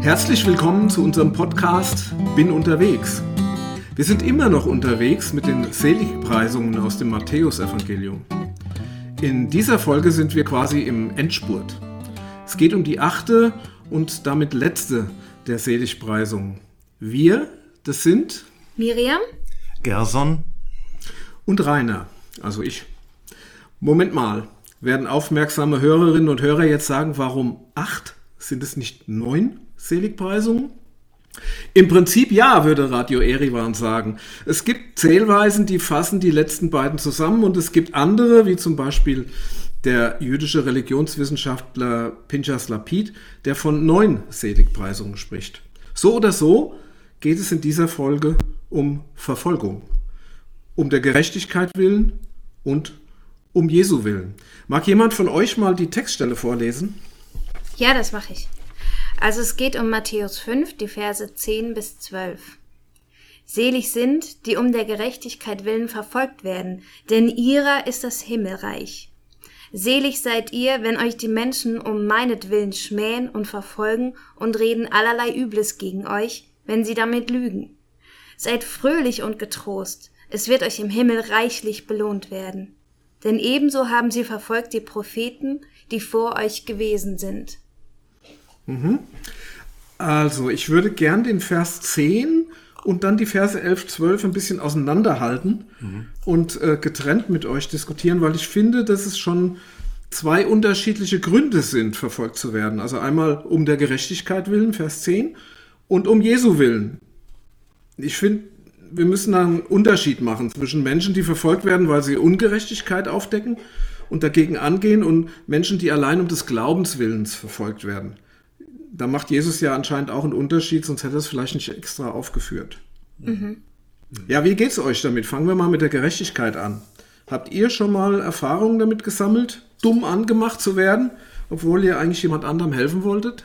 Herzlich willkommen zu unserem Podcast Bin unterwegs. Wir sind immer noch unterwegs mit den Seligpreisungen aus dem Matthäusevangelium. In dieser Folge sind wir quasi im Endspurt. Es geht um die 8. und damit letzte der Seligpreisungen. Wir, das sind Miriam, Gerson und Rainer, also ich. Moment mal, werden aufmerksame Hörerinnen und Hörer jetzt sagen, warum 8? Sind es nicht 9 Seligpreisungen? Im Prinzip ja, würde Radio Erivan sagen. Es gibt Zählweisen, die fassen die letzten beiden zusammen, und es gibt andere, wie zum Beispiel der jüdische Religionswissenschaftler Pinchas Lapid, der von 9 Seligpreisungen spricht. So oder so geht es in dieser Folge um Verfolgung, um der Gerechtigkeit willen und um Jesu willen. Mag jemand von euch mal die Textstelle vorlesen? Ja, das mache ich. Also es geht um Matthäus 5, die Verse 10 bis 12. Selig sind, die um der Gerechtigkeit willen verfolgt werden, denn ihrer ist das Himmelreich. Selig seid ihr, wenn euch die Menschen um meinetwillen schmähen und verfolgen und reden allerlei Übles gegen euch, wenn sie damit lügen. Seid fröhlich und getrost, es wird euch im Himmel reichlich belohnt werden. Denn ebenso haben sie verfolgt die Propheten, die vor euch gewesen sind. Also, ich würde gern den Vers 10 und dann die Verse 11, 12 ein bisschen auseinanderhalten und getrennt mit euch diskutieren, weil ich finde, dass es schon 2 unterschiedliche Gründe sind, verfolgt zu werden. Also einmal um der Gerechtigkeit willen, Vers 10, und um Jesu willen. Ich finde, wir müssen da einen Unterschied machen zwischen Menschen, die verfolgt werden, weil sie Ungerechtigkeit aufdecken und dagegen angehen, und Menschen, die allein um des Glaubenswillens verfolgt werden. Da macht Jesus ja anscheinend auch einen Unterschied, sonst hätte er es vielleicht nicht extra aufgeführt. Ja, wie geht's euch damit? Fangen wir mal mit der Gerechtigkeit an. Habt ihr schon mal Erfahrungen damit gesammelt, dumm angemacht zu werden, obwohl ihr eigentlich jemand anderem helfen wolltet?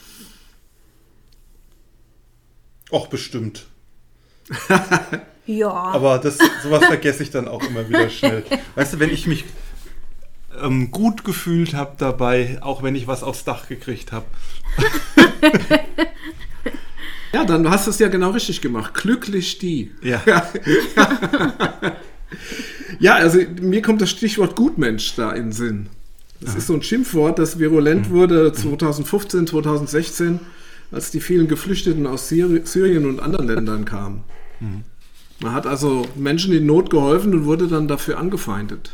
auch bestimmt. Ja. Aber sowas vergesse ich dann auch immer wieder schnell. Weißt du, wenn ich mich gut gefühlt habe dabei, auch wenn ich was aufs Dach gekriegt habe. Ja, dann hast du es ja genau richtig gemacht. Glücklich die. Ja. Ja, also mir kommt das Stichwort Gutmensch da in den Sinn. Das ist so ein Schimpfwort, das virulent wurde 2015, 2016, als die vielen Geflüchteten aus Syrien und anderen Ländern kamen. Man hat also Menschen in Not geholfen und wurde dann dafür angefeindet.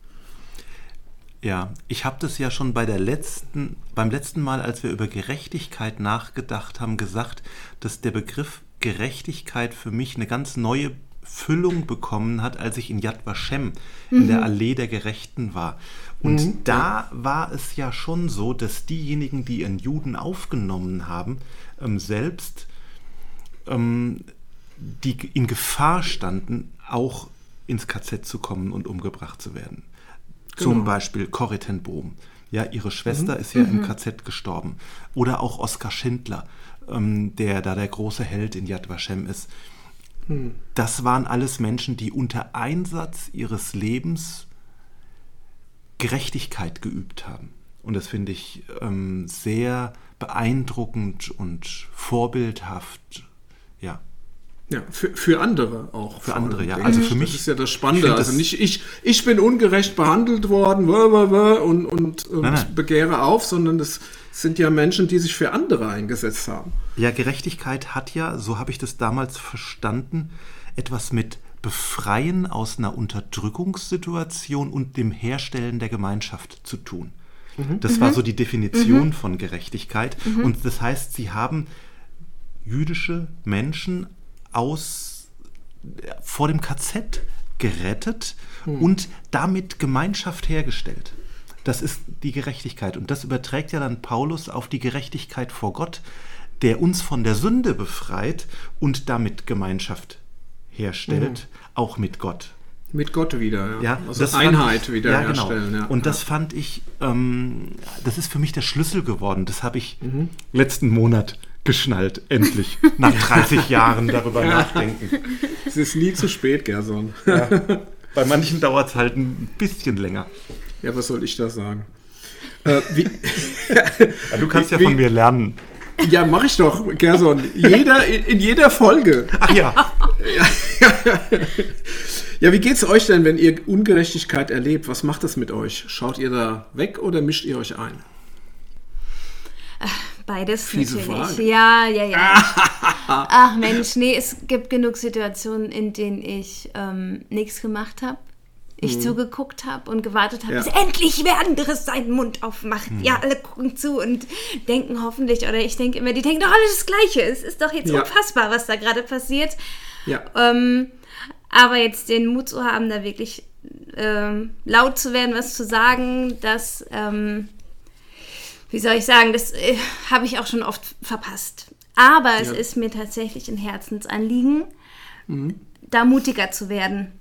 Ja, ich habe das ja schon beim letzten Mal, als wir über Gerechtigkeit nachgedacht haben, gesagt, dass der Begriff Gerechtigkeit für mich eine ganz neue Füllung bekommen hat, als ich in Yad Vashem in der Allee der Gerechten war. Und da war es ja schon so, dass diejenigen, die ihren Juden aufgenommen haben, selbst die in Gefahr standen, auch ins KZ zu kommen und umgebracht zu werden. Zum Beispiel Corrie ten Boom. Ja, ihre Schwester ist ja im KZ gestorben. Oder auch Oskar Schindler, der da der große Held in Yad Vashem ist. Das waren alles Menschen, die unter Einsatz ihres Lebens Gerechtigkeit geübt haben. Und das finde ich sehr beeindruckend und vorbildhaft. Ja. Ja, für andere auch. Für andere, ja. Also für mich. Das ist ja das Spannende. Also nicht ich bin ungerecht behandelt worden und begehre auf, sondern das sind ja Menschen, die sich für andere eingesetzt haben. Ja, Gerechtigkeit hat ja, so habe ich das damals verstanden, etwas mit Befreien aus einer Unterdrückungssituation und dem Herstellen der Gemeinschaft zu tun. Das war so die Definition von Gerechtigkeit. Und das heißt, sie haben jüdische Menschen vor dem KZ gerettet und damit Gemeinschaft hergestellt. Das ist die Gerechtigkeit. Und das überträgt ja dann Paulus auf die Gerechtigkeit vor Gott, der uns von der Sünde befreit und damit Gemeinschaft herstellt, auch mit Gott. Mit Gott wieder, ja. Also das Einheit wieder herstellen. Genau. Ja. Und das fand ich, das ist für mich der Schlüssel geworden. Das habe ich letzten Monat geschnallt, endlich, nach 30 Jahren darüber nachdenken. Es ist nie zu spät, Gerson. Ja. Bei manchen dauert es halt ein bisschen länger. Ja, was soll ich da sagen? Du kannst ja von mir lernen. Ja, mache ich doch, Gerson. In jeder Folge. Ach ja. Ja, wie geht's euch denn, wenn ihr Ungerechtigkeit erlebt? Was macht das mit euch? Schaut ihr da weg oder mischt ihr euch ein? Beides Fiese natürlich. Frage. Ja. Ach Mensch, nee, es gibt genug Situationen, in denen ich nichts gemacht habe. Ich zugeguckt habe und gewartet habe, bis endlich wer anderes seinen Mund aufmacht. Ja, alle gucken zu und denken hoffentlich, oder ich denke immer, die denken doch alle das Gleiche. Es ist doch jetzt unfassbar, was da gerade passiert. Ja. Aber jetzt den Mut zu haben, da wirklich laut zu werden, was zu sagen, das, wie soll ich sagen, das habe ich auch schon oft verpasst. Aber es ist mir tatsächlich ein Herzensanliegen, da mutiger zu werden.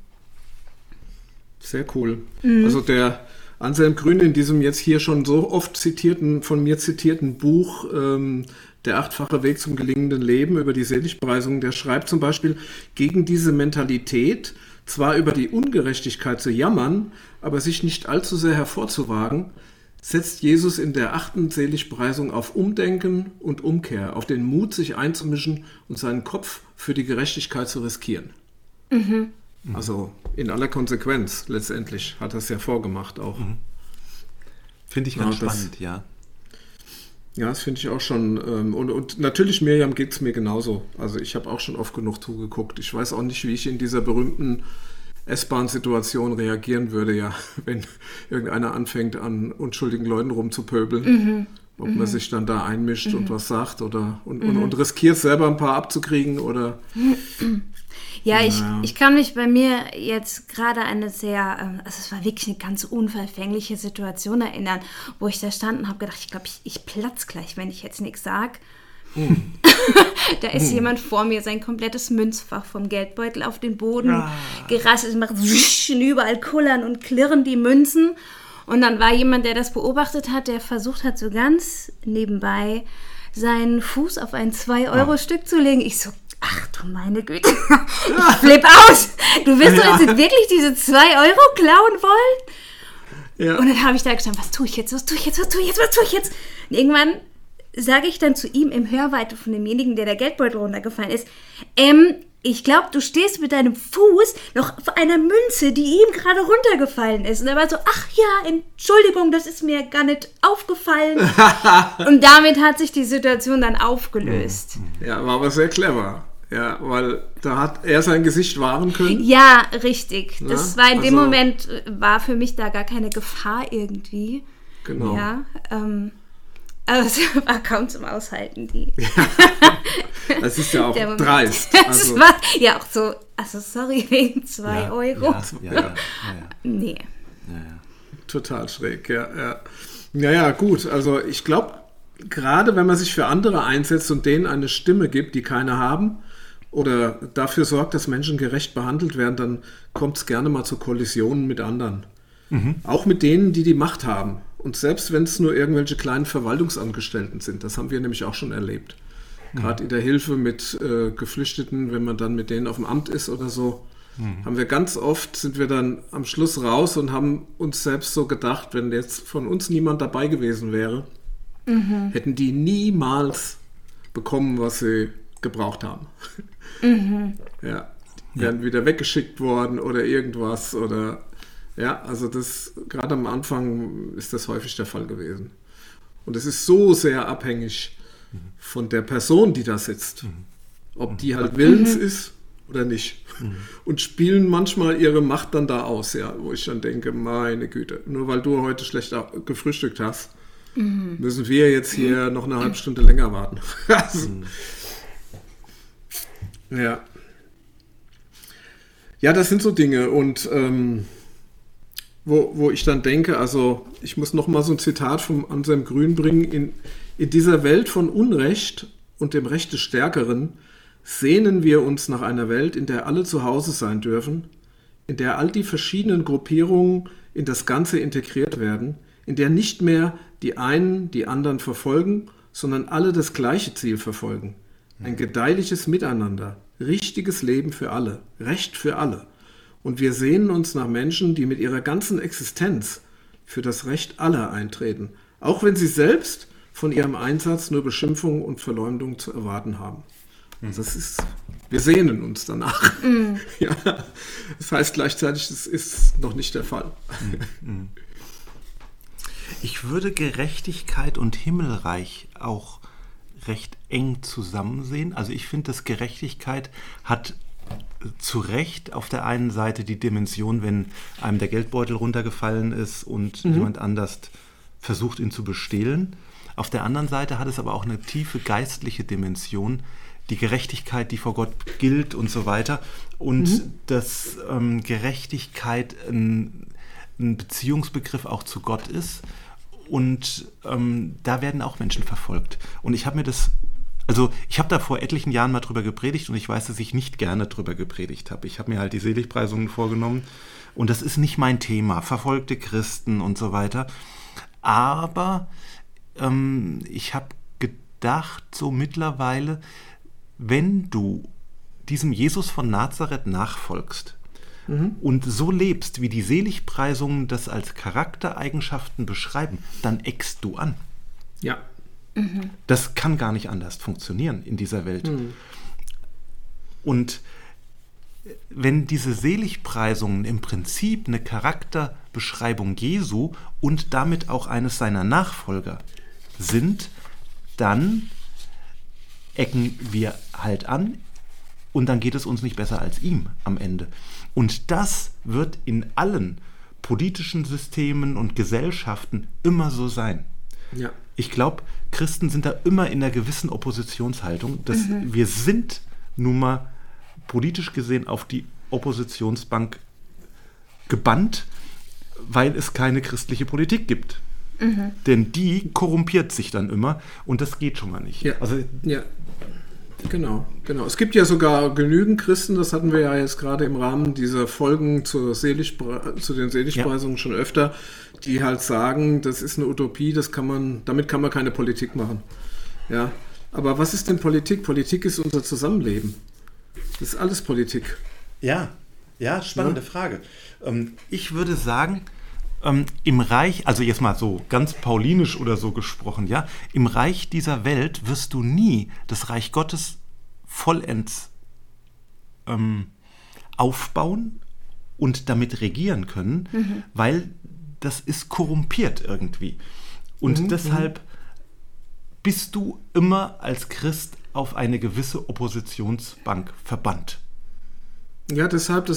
Sehr cool. Also der Anselm Grün in diesem jetzt hier schon so oft von mir zitierten Buch Der 8-fache Weg zum gelingenden Leben über die Seligpreisung, der schreibt zum Beispiel, gegen diese Mentalität, zwar über die Ungerechtigkeit zu jammern, aber sich nicht allzu sehr hervorzuwagen, setzt Jesus in der 8. Seligpreisung auf Umdenken und Umkehr, auf den Mut, sich einzumischen und seinen Kopf für die Gerechtigkeit zu riskieren. Also in aller Konsequenz letztendlich hat er es ja vorgemacht auch. Finde ich ganz spannend, ja. Ja, das finde ich auch schon. Und natürlich, Miriam, geht es mir genauso. Also ich habe auch schon oft genug zugeguckt. Ich weiß auch nicht, wie ich in dieser berühmten S-Bahn-Situation reagieren würde, ja, wenn irgendeiner anfängt, an unschuldigen Leuten rumzupöbeln. Ob man sich dann da einmischt und was sagt und riskiert selber ein paar abzukriegen oder... Ja, ich kann mich bei mir jetzt gerade eine sehr, also es war wirklich eine ganz unverfängliche Situation erinnern, wo ich da stand und habe gedacht, ich glaube, ich platz gleich, wenn ich jetzt nichts sage. Da ist jemand vor mir sein komplettes Münzfach vom Geldbeutel auf den Boden gerasselt, macht überall kullern und klirren die Münzen. Und dann war jemand, der das beobachtet hat, der versucht hat, so ganz nebenbei seinen Fuß auf ein 2-Euro-Stück zu legen. Ich so, ach du meine Güte, ich flipp aus. Du willst doch jetzt wirklich diese 2 Euro klauen wollen? Ja. Und dann habe ich da gestanden, was tue ich jetzt? Und irgendwann sage ich dann zu ihm im Hörweite von demjenigen, der Geldbeutel runtergefallen ist, ich glaube, du stehst mit deinem Fuß noch auf einer Münze, die ihm gerade runtergefallen ist. Und er war so, ach ja, Entschuldigung, das ist mir gar nicht aufgefallen. Und damit hat sich die Situation dann aufgelöst. Ja, war aber sehr clever. Ja, weil da hat er sein Gesicht wahren können. Ja, richtig. Das war in dem Moment, war für mich da gar keine Gefahr irgendwie. Genau. Ja, aber es war kaum zum Aushalten. Das ist ja auch dreist. Das war ja auch so, also sorry, wegen 2 Euro. Ja. Nee. Ja. Total schräg, ja. Naja, gut, also ich glaube, gerade wenn man sich für andere einsetzt und denen eine Stimme gibt, die keine haben, oder dafür sorgt, dass Menschen gerecht behandelt werden, dann kommt es gerne mal zu Kollisionen mit anderen. Auch mit denen, die die Macht haben. Und selbst wenn es nur irgendwelche kleinen Verwaltungsangestellten sind, das haben wir nämlich auch schon erlebt. Gerade in der Hilfe mit Geflüchteten, wenn man dann mit denen auf dem Amt ist oder so, haben wir ganz oft, sind wir dann am Schluss raus und haben uns selbst so gedacht, wenn jetzt von uns niemand dabei gewesen wäre, hätten die niemals bekommen, was sie gebraucht haben. Ja, wären wieder weggeschickt worden oder irgendwas oder ja, also das gerade am Anfang ist das häufig der Fall gewesen. Und es ist so sehr abhängig von der Person, die da sitzt. Ob die halt willens ist oder nicht. Und spielen manchmal ihre Macht dann da aus, ja, wo ich dann denke, meine Güte, nur weil du heute schlecht gefrühstückt hast, müssen wir jetzt hier noch eine halbe Stunde länger warten. Ja. Ja, das sind so Dinge und wo ich dann denke, also ich muss noch mal so ein Zitat vom Anselm Grün bringen, in dieser Welt von Unrecht und dem Recht des Stärkeren sehnen wir uns nach einer Welt, in der alle zu Hause sein dürfen, in der all die verschiedenen Gruppierungen in das Ganze integriert werden, in der nicht mehr die einen die anderen verfolgen, sondern alle das gleiche Ziel verfolgen. Ein gedeihliches Miteinander, richtiges Leben für alle, Recht für alle. Und wir sehnen uns nach Menschen, die mit ihrer ganzen Existenz für das Recht aller eintreten, auch wenn sie selbst von ihrem Einsatz nur Beschimpfung und Verleumdung zu erwarten haben. Also wir sehnen uns danach. Ja, das heißt gleichzeitig, das ist noch nicht der Fall. Ich würde Gerechtigkeit und Himmelreich auch recht eng zusammen sehen. Also ich finde, dass Gerechtigkeit hat zu Recht auf der einen Seite die Dimension, wenn einem der Geldbeutel runtergefallen ist und jemand anders versucht, ihn zu bestehlen. Auf der anderen Seite hat es aber auch eine tiefe geistliche Dimension, die Gerechtigkeit, die vor Gott gilt und so weiter. Und dass Gerechtigkeit ein Beziehungsbegriff auch zu Gott ist. Und da werden auch Menschen verfolgt. Und ich habe da vor etlichen Jahren mal drüber gepredigt und ich weiß, dass ich nicht gerne drüber gepredigt habe. Ich habe mir halt die Seligpreisungen vorgenommen und das ist nicht mein Thema, verfolgte Christen und so weiter. Aber ich habe gedacht, so mittlerweile, wenn du diesem Jesus von Nazareth nachfolgst und so lebst, wie die Seligpreisungen das als Charaktereigenschaften beschreiben, dann eckst du an. Ja. Das kann gar nicht anders funktionieren in dieser Welt. Und wenn diese Seligpreisungen im Prinzip eine Charakterbeschreibung Jesu und damit auch eines seiner Nachfolger sind, dann ecken wir halt an und dann geht es uns nicht besser als ihm am Ende. Und das wird in allen politischen Systemen und Gesellschaften immer so sein. Ja. Ich glaube, Christen sind da immer in einer gewissen Oppositionshaltung. Wir sind nun mal politisch gesehen auf die Oppositionsbank gebannt, weil es keine christliche Politik gibt. Denn die korrumpiert sich dann immer und das geht schon mal nicht. Ja. Genau. Es gibt ja sogar genügend Christen, das hatten wir ja jetzt gerade im Rahmen dieser Folgen zu den Seligpreisungen schon öfter, die halt sagen, das ist eine Utopie, damit kann man keine Politik machen. Ja. Aber was ist denn Politik? Politik ist unser Zusammenleben. Das ist alles Politik. Ja, spannende Frage. Ich würde sagen, im Reich, also jetzt mal so ganz paulinisch oder so gesprochen, ja, im Reich dieser Welt wirst du nie das Reich Gottes vollends aufbauen und damit regieren können, weil das ist korrumpiert irgendwie. Und deshalb bist du immer als Christ auf eine gewisse Oppositionsbank verbannt. Ja, deshalb,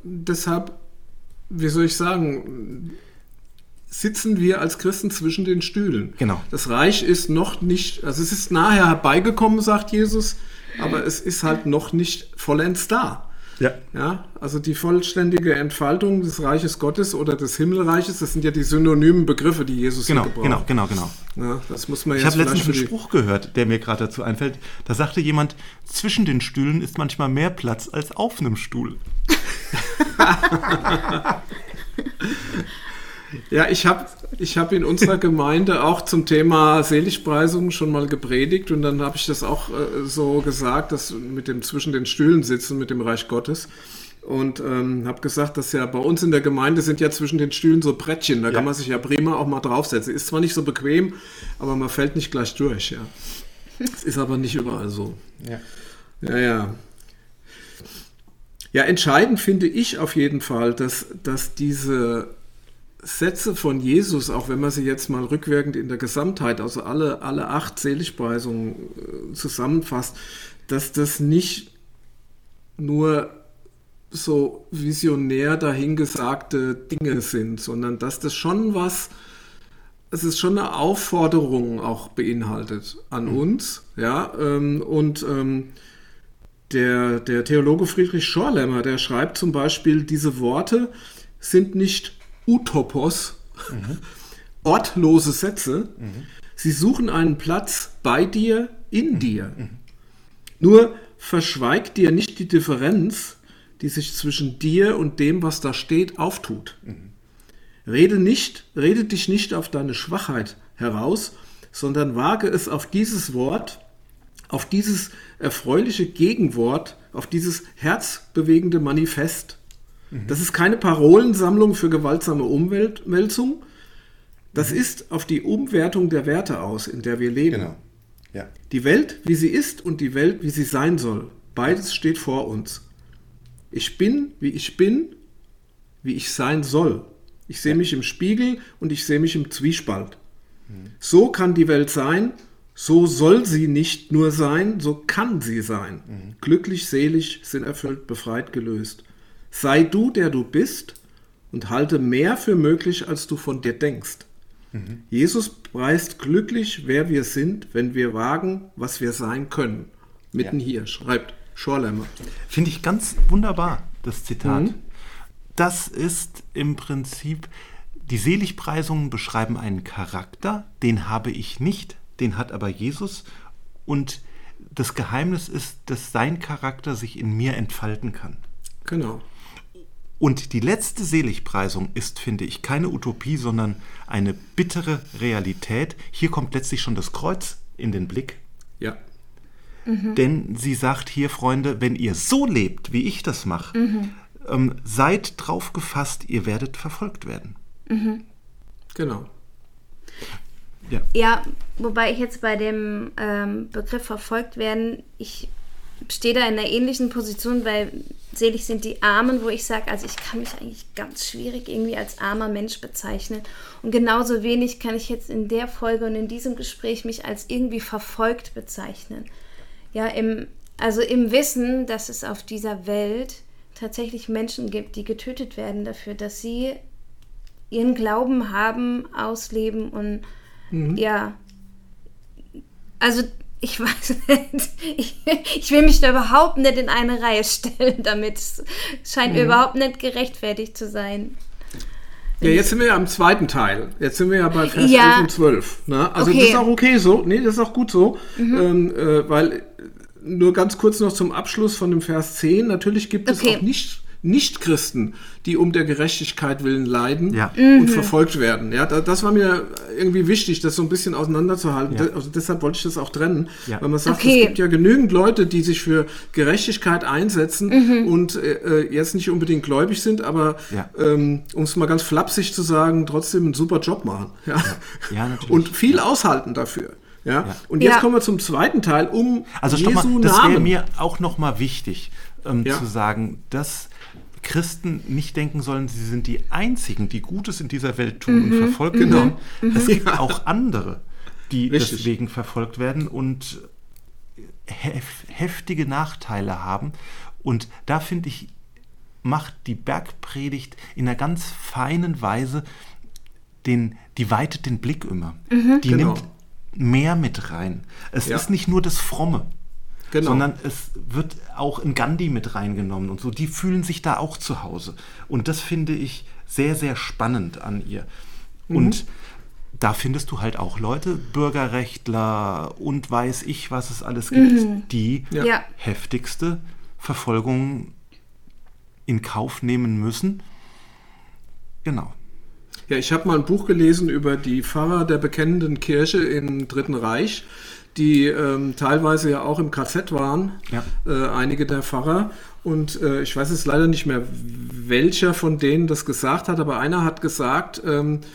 wie soll ich sagen, sitzen wir als Christen zwischen den Stühlen. Genau. Das Reich ist noch nicht, also es ist nachher herbeigekommen, sagt Jesus, aber es ist halt noch nicht vollends da. Ja, also die vollständige Entfaltung des Reiches Gottes oder des Himmelreiches, das sind ja die synonymen Begriffe, die Jesus hier gebraucht. Genau. Ja, das muss man ich habe letztens einen Spruch gehört, der mir gerade dazu einfällt. Da sagte jemand, zwischen den Stühlen ist manchmal mehr Platz als auf einem Stuhl. Ja, ich hab in unserer Gemeinde auch zum Thema Seligpreisung schon mal gepredigt und dann habe ich das auch so gesagt, dass mit dem zwischen den Stühlen sitzen, mit dem Reich Gottes und habe gesagt, dass ja bei uns in der Gemeinde sind ja zwischen den Stühlen so Brettchen, da kann man sich ja prima auch mal draufsetzen. Ist zwar nicht so bequem, aber man fällt nicht gleich durch. Ja. Das ist aber nicht überall so. Ja. Ja, entscheidend finde ich auf jeden Fall, dass diese Sätze von Jesus, auch wenn man sie jetzt mal rückwirkend in der Gesamtheit, also alle 8 Seligpreisungen zusammenfasst, dass das nicht nur so visionär dahingesagte Dinge sind, sondern dass das schon es ist schon eine Aufforderung auch beinhaltet an uns, ja, und der Theologe Friedrich Schorlemmer, der schreibt zum Beispiel, diese Worte sind nicht Utopos, ortlose Sätze. Sie suchen einen Platz bei dir, in dir. Nur verschweig dir nicht die Differenz, die sich zwischen dir und dem, was da steht, auftut. Rede dich nicht auf deine Schwachheit heraus, sondern wage es auf dieses Wort, auf dieses erfreuliche Gegenwort, auf dieses herzbewegende Manifest. Das ist keine Parolensammlung für gewaltsame Umwälzung. Das ist auf die Umwertung der Werte aus, in der wir leben. Genau. Ja. Die Welt, wie sie ist, und die Welt, wie sie sein soll. Beides steht vor uns. Ich bin, wie ich sein soll. Ich sehe mich im Spiegel und ich sehe mich im Zwiespalt. So kann die Welt sein, so soll sie nicht nur sein, so kann sie sein. Glücklich, selig, sinnerfüllt, befreit, gelöst. Sei du, der du bist, und halte mehr für möglich, als du von dir denkst. Jesus preist glücklich, wer wir sind, wenn wir wagen, was wir sein können. Mitten hier, schreibt Schorlemmer. Finde ich ganz wunderbar, das Zitat. Das ist im Prinzip, die Seligpreisungen beschreiben einen Charakter, den habe ich nicht, den hat aber Jesus. Und das Geheimnis ist, dass sein Charakter sich in mir entfalten kann. Genau. Und die letzte Seligpreisung ist, finde ich, keine Utopie, sondern eine bittere Realität. Hier kommt letztlich schon das Kreuz in den Blick. Ja. Denn sie sagt hier, Freunde, wenn ihr so lebt, wie ich das mache, seid drauf gefasst, ihr werdet verfolgt werden. Genau. Ja, wobei ich jetzt bei dem Begriff verfolgt werden, ich stehe da in einer ähnlichen Position, weil selig sind die Armen, wo ich sage, also ich kann mich eigentlich ganz schwierig irgendwie als armer Mensch bezeichnen. Und genauso wenig kann ich jetzt in der Folge und in diesem Gespräch mich als irgendwie verfolgt bezeichnen. Ja, im Wissen, dass es auf dieser Welt tatsächlich Menschen gibt, die getötet werden dafür, dass sie ihren Glauben haben, ausleben und ja, also ich weiß nicht, ich will mich da überhaupt nicht in eine Reihe stellen damit. Es scheint mir überhaupt nicht gerechtfertigt zu sein. Ja, jetzt sind wir ja am zweiten Teil. Jetzt sind wir ja bei Vers 11 und 12. Ne? Also das ist auch okay so. Nee, das ist auch gut so. Weil, nur ganz kurz noch zum Abschluss von dem Vers 10. Natürlich gibt es auch Nicht-Christen, die um der Gerechtigkeit willen leiden und verfolgt werden. Ja, das war mir irgendwie wichtig, das so ein bisschen auseinanderzuhalten. Ja. Also deshalb wollte ich das auch trennen. Ja. Weil man sagt, es gibt ja genügend Leute, die sich für Gerechtigkeit einsetzen und jetzt nicht unbedingt gläubig sind, aber um es mal ganz flapsig zu sagen, trotzdem einen super Job machen. Ja? Ja, natürlich. Und viel aushalten dafür. Ja? Und jetzt kommen wir zum zweiten Teil, also Jesu Namen. Das wäre mir auch nochmal wichtig, zu sagen, dass Christen nicht denken sollen, sie sind die Einzigen, die Gutes in dieser Welt tun und verfolgt werden. Es gibt auch andere, die deswegen verfolgt werden und heftige Nachteile haben. Und da finde ich, macht die Bergpredigt in einer ganz feinen Weise, die weitet den Blick immer. Die nimmt mehr mit rein. Es ist nicht nur das Fromme. Genau. Sondern es wird auch in Gandhi mit reingenommen und so. Die fühlen sich da auch zu Hause. Und das finde ich sehr, sehr spannend an ihr. Und da findest du halt auch Leute, Bürgerrechtler und weiß ich, was es alles gibt, die heftigste Verfolgung in Kauf nehmen müssen. Genau. Ja, ich habe mal ein Buch gelesen über die Pfarrer der bekennenden Kirche im Dritten Reich, die teilweise ja auch im KZ waren, einige der Pfarrer. Und ich weiß jetzt leider nicht mehr, welcher von denen das gesagt hat, aber einer hat gesagt,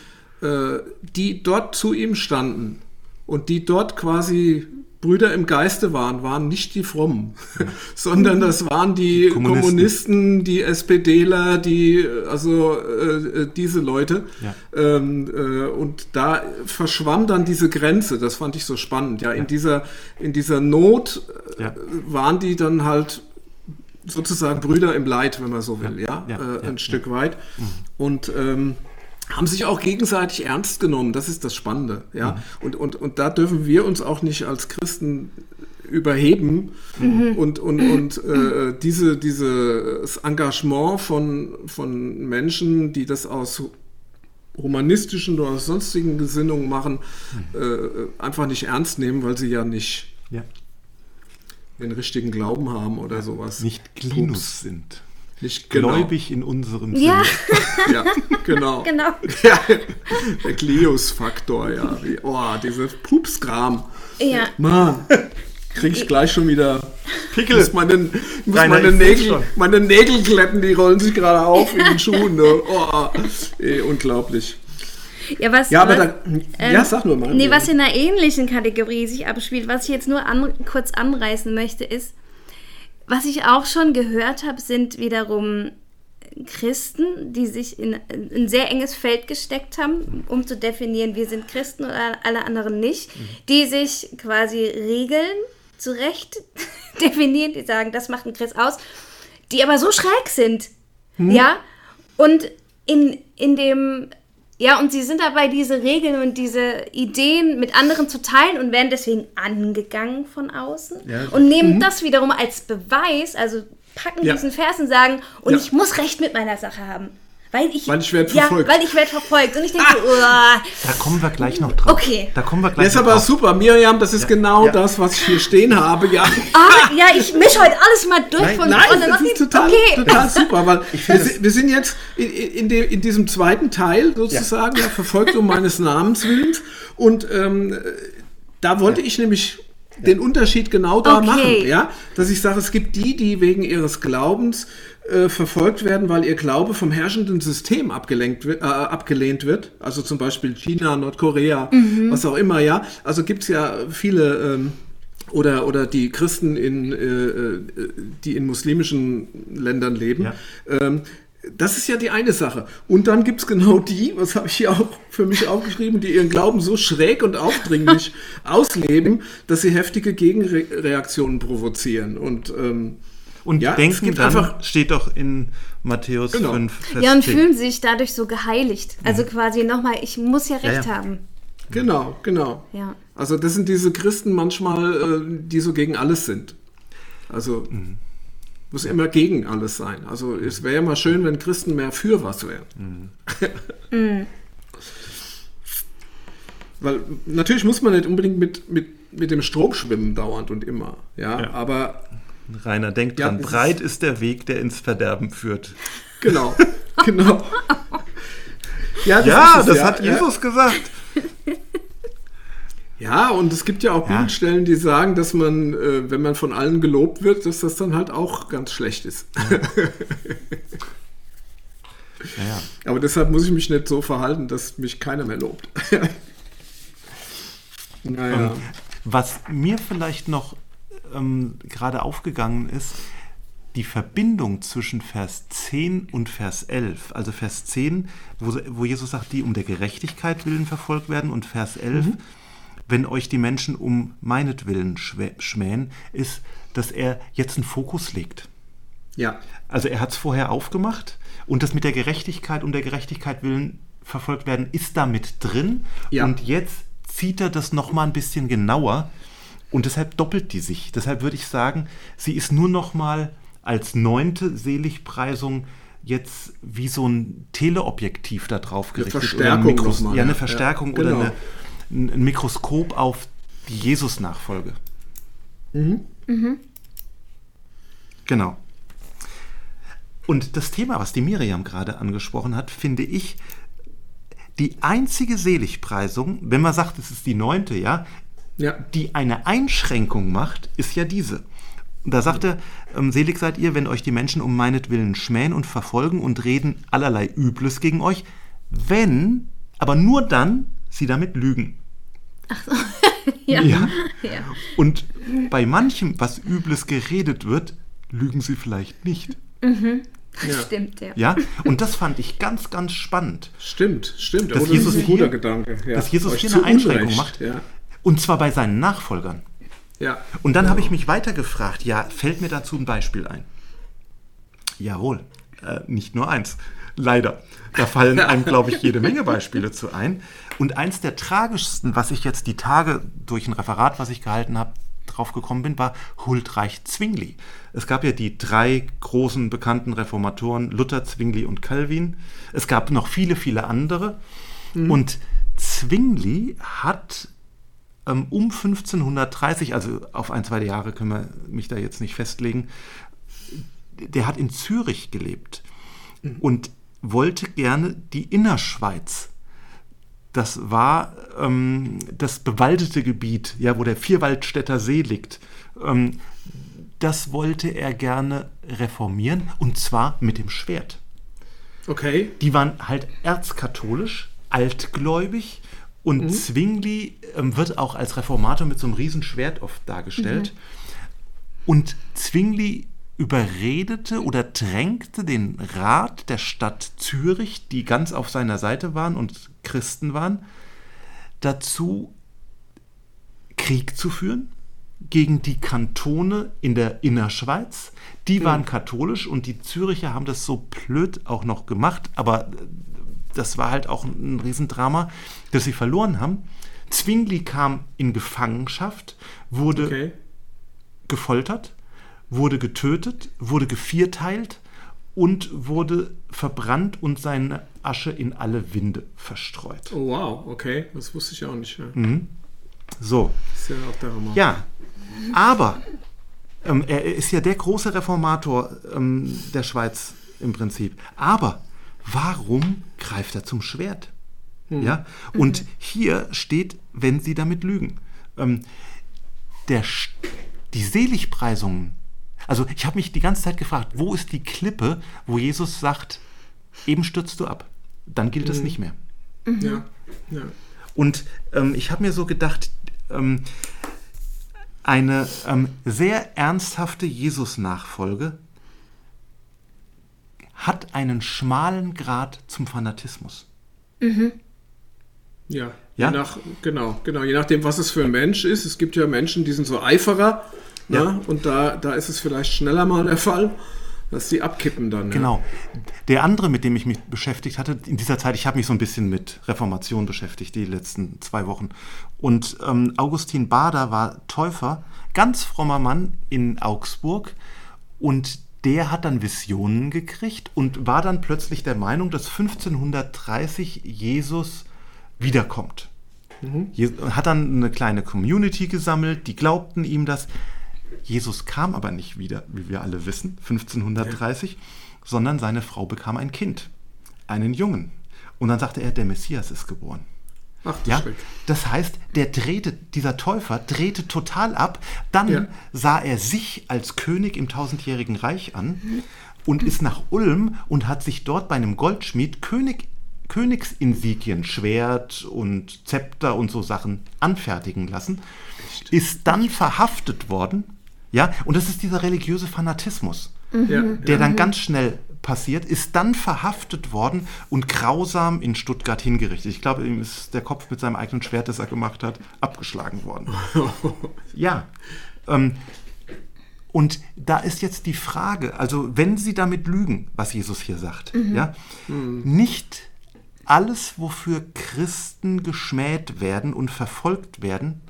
die dort zu ihm standen und die dort quasi Brüder im Geiste waren nicht die Frommen, sondern das waren die Kommunisten, die SPDler, diese Leute. Ja. Und da verschwamm dann diese Grenze, das fand ich so spannend. Ja, in dieser Not waren die dann halt sozusagen Brüder im Leid, wenn man so will, ein Stück weit. Und haben sich auch gegenseitig ernst genommen, das ist das Spannende. Ja? Und da dürfen wir uns auch nicht als Christen überheben und dieses Engagement von Menschen, die das aus humanistischen oder aus sonstigen Gesinnungen machen, einfach nicht ernst nehmen, weil sie ja nicht den richtigen Glauben haben oder sowas. Nicht Klinus sind. Nicht gläubig in unserem Sinne. Ja, genau. Ja, der Klius-Faktor, diese Pupskram. Ja. Mann, krieg ich gleich schon wieder Pickel. Muss meine Nägel glätten, die rollen sich gerade auf in den Schuhen. Ne? Unglaublich. Sag nur mal. Nee, was in einer ähnlichen Kategorie sich abspielt, was ich jetzt nur kurz anreißen möchte, ist, was ich auch schon gehört habe, sind wiederum Christen, die sich in ein sehr enges Feld gesteckt haben, um zu definieren, wir sind Christen oder alle anderen nicht, die sich quasi Regeln zurecht definieren, die sagen, das macht ein Christ aus, die aber so schräg sind, ja, und in dem, ja, und sie sind dabei, diese Regeln und diese Ideen mit anderen zu teilen und werden deswegen angegangen von außen und nehmen das wiederum als Beweis, also packen diesen Vers und sagen, und ich muss Recht mit meiner Sache haben. Weil ich werde verfolgt. Weil ich werde verfolgt. Und ich denke da kommen wir gleich noch drauf. Okay. Da kommen wir gleich das ist aber drauf. Super, Miriam, das ist genau das, was ich hier stehen habe. Ja, ich mische heute alles mal durch. Das ist total super, weil wir sind jetzt in diesem zweiten Teil sozusagen, verfolgt um meines Namens willens. Und da wollte ich nämlich den Unterschied genau da machen, ja, dass ich sage, es gibt die wegen ihres Glaubens verfolgt werden, weil ihr Glaube vom herrschenden System abgelehnt wird, also zum Beispiel China, Nordkorea, was auch immer, ja, also gibt es ja viele oder die Christen, die in muslimischen Ländern leben, das ist ja die eine Sache. Und dann gibt es genau die, was habe ich hier auch für mich aufgeschrieben, die ihren Glauben so schräg und aufdringlich ausleben, dass sie heftige Gegenreaktionen provozieren. Und denken dann, steht doch in Matthäus 5, Vers 10. Und fühlen sich dadurch so geheiligt. Also quasi nochmal, ich muss ja Recht haben. Genau. Ja. Also das sind diese Christen manchmal, die so gegen alles sind. Also muss immer gegen alles sein. Also es wäre ja mal schön, wenn Christen mehr für was wären. Weil natürlich muss man nicht unbedingt mit dem Strom schwimmen dauernd und immer. Ja. Aber Rainer, denk dran, breit ist der Weg, der ins Verderben führt. Genau. Das hat Jesus gesagt. Ja, und es gibt ja auch Bibelstellen, die sagen, dass man, wenn man von allen gelobt wird, dass das dann halt auch ganz schlecht ist. Aber deshalb muss ich mich nicht so verhalten, dass mich keiner mehr lobt. Was mir vielleicht noch gerade aufgegangen ist, die Verbindung zwischen Vers 10 und Vers 11. Also Vers 10, wo Jesus sagt, die um der Gerechtigkeit willen verfolgt werden, und Vers 11, wenn euch die Menschen um meinetwillen schmähen, ist, dass er jetzt einen Fokus legt. Ja. Also er hat es vorher aufgemacht und das mit der Gerechtigkeit um der Gerechtigkeit willen verfolgt werden ist da mit drin. Ja. Und jetzt zieht er das nochmal ein bisschen genauer und deshalb doppelt die sich. Deshalb würde ich sagen, sie ist nur nochmal als 9. Seligpreisung jetzt wie so ein Teleobjektiv da drauf gerichtet. Eine Verstärkung oder ein Mikroskop auf die Jesus-Nachfolge. Genau. Und das Thema, was die Miriam gerade angesprochen hat, finde ich, die einzige Seligpreisung, wenn man sagt, es ist die 9., die eine Einschränkung macht, ist ja diese. Und da sagt er, selig seid ihr, wenn euch die Menschen um meinetwillen schmähen und verfolgen und reden allerlei Übles gegen euch, wenn, aber nur dann, sie damit lügen. Ach so. Ja. Und bei manchem, was Übles geredet wird, lügen sie vielleicht nicht. Stimmt, ja. Und das fand ich ganz, ganz spannend. Stimmt. Dass Jesus ein guter Gedanke. Ja. Dass Jesus hier eine Einschränkung macht. Ja. Und zwar bei seinen Nachfolgern. Ja. Und dann habe ich mich weiter gefragt, fällt mir dazu ein Beispiel ein? Jawohl, nicht nur eins. Leider. Da fallen einem, glaube ich, jede Menge Beispiele zu ein. Und eins der tragischsten, was ich jetzt die Tage durch ein Referat, was ich gehalten habe, drauf gekommen bin, war Huldreich Zwingli. Es gab ja die 3 großen bekannten Reformatoren, Luther, Zwingli und Calvin. Es gab noch viele, viele andere. Und Zwingli hat um 1530, also auf 1, 2 Jahre können wir mich da jetzt nicht festlegen, der hat in Zürich gelebt und wollte gerne die Innerschweiz. Das war das bewaldete Gebiet, wo der Vierwaldstätter See liegt. Das wollte er gerne reformieren, und zwar mit dem Schwert. Okay. Die waren halt erzkatholisch, altgläubig und Zwingli wird auch als Reformator mit so einem Riesenschwert oft dargestellt. Und Zwingli überredete oder drängte den Rat der Stadt Zürich, die ganz auf seiner Seite waren und Christen waren, dazu, Krieg zu führen gegen die Kantone in der Innerschweiz. Die waren katholisch und die Züricher haben das so blöd auch noch gemacht, aber das war halt auch ein Riesendrama, das sie verloren haben. Zwingli kam in Gefangenschaft, wurde gefoltert, wurde getötet, wurde gevierteilt und wurde verbrannt und seine Asche in alle Winde verstreut. Oh wow, okay, das wusste ich auch nicht. Ja. So. Das ist ja auch der Hammer. Ja, aber er ist ja der große Reformator der Schweiz im Prinzip. Aber warum greift er zum Schwert? Ja? Und hier steht, wenn sie damit lügen. Die Seligpreisungen, also ich habe mich die ganze Zeit gefragt, wo ist die Klippe, wo Jesus sagt, eben stürzt du ab, dann gilt es nicht mehr. Ja. Und ich habe mir so gedacht, eine sehr ernsthafte Jesus-Nachfolge hat einen schmalen Grad zum Fanatismus. Ja, Ja? Genau, je nachdem, was es für ein Mensch ist. Es gibt ja Menschen, die sind so Eiferer, ne? Und da ist es vielleicht schneller mal der Fall, dass die abkippen dann. Genau. Der andere, mit dem ich mich beschäftigt hatte, in dieser Zeit, ich habe mich so ein bisschen mit Reformation beschäftigt, die letzten 2 Wochen. Und Augustin Bader war Täufer, ganz frommer Mann in Augsburg. Und der hat dann Visionen gekriegt und war dann plötzlich der Meinung, dass 1530 Jesus wiederkommt. Hat dann eine kleine Community gesammelt, die glaubten ihm das. Jesus kam aber nicht wieder, wie wir alle wissen, 1530, sondern seine Frau bekam ein Kind, einen Jungen. Und dann sagte er, der Messias ist geboren. Ach, du Ja? Schreck. Das heißt, dieser Täufer drehte total ab. Dann sah er sich als König im 1000-jährigen Reich an und ist nach Ulm und hat sich dort bei einem Goldschmied Königsinsigien, Schwert und Zepter und so Sachen anfertigen lassen. Ist dann verhaftet worden. Ja, und das ist dieser religiöse Fanatismus, der dann ganz schnell passiert, ist dann verhaftet worden und grausam in Stuttgart hingerichtet. Ich glaube, ihm ist der Kopf mit seinem eigenen Schwert, das er gemacht hat, abgeschlagen worden. Ja, und da ist jetzt die Frage, also wenn Sie damit lügen, was Jesus hier sagt, ja, nicht alles, wofür Christen geschmäht werden und verfolgt werden,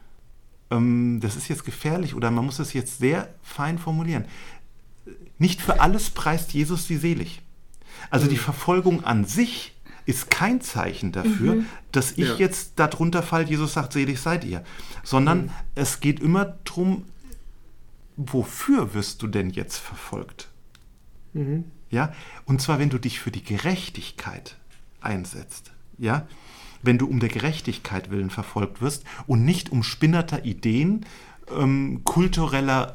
das ist jetzt gefährlich oder man muss es jetzt sehr fein formulieren. Nicht für alles preist Jesus sie selig. Also die Verfolgung an sich ist kein Zeichen dafür, dass ich jetzt darunter falle, Jesus sagt, selig seid ihr. Sondern es geht immer darum, wofür wirst du denn jetzt verfolgt? Ja? Und zwar, wenn du dich für die Gerechtigkeit einsetzt. Ja? Wenn du um der Gerechtigkeit willen verfolgt wirst und nicht um spinnerter Ideen, kultureller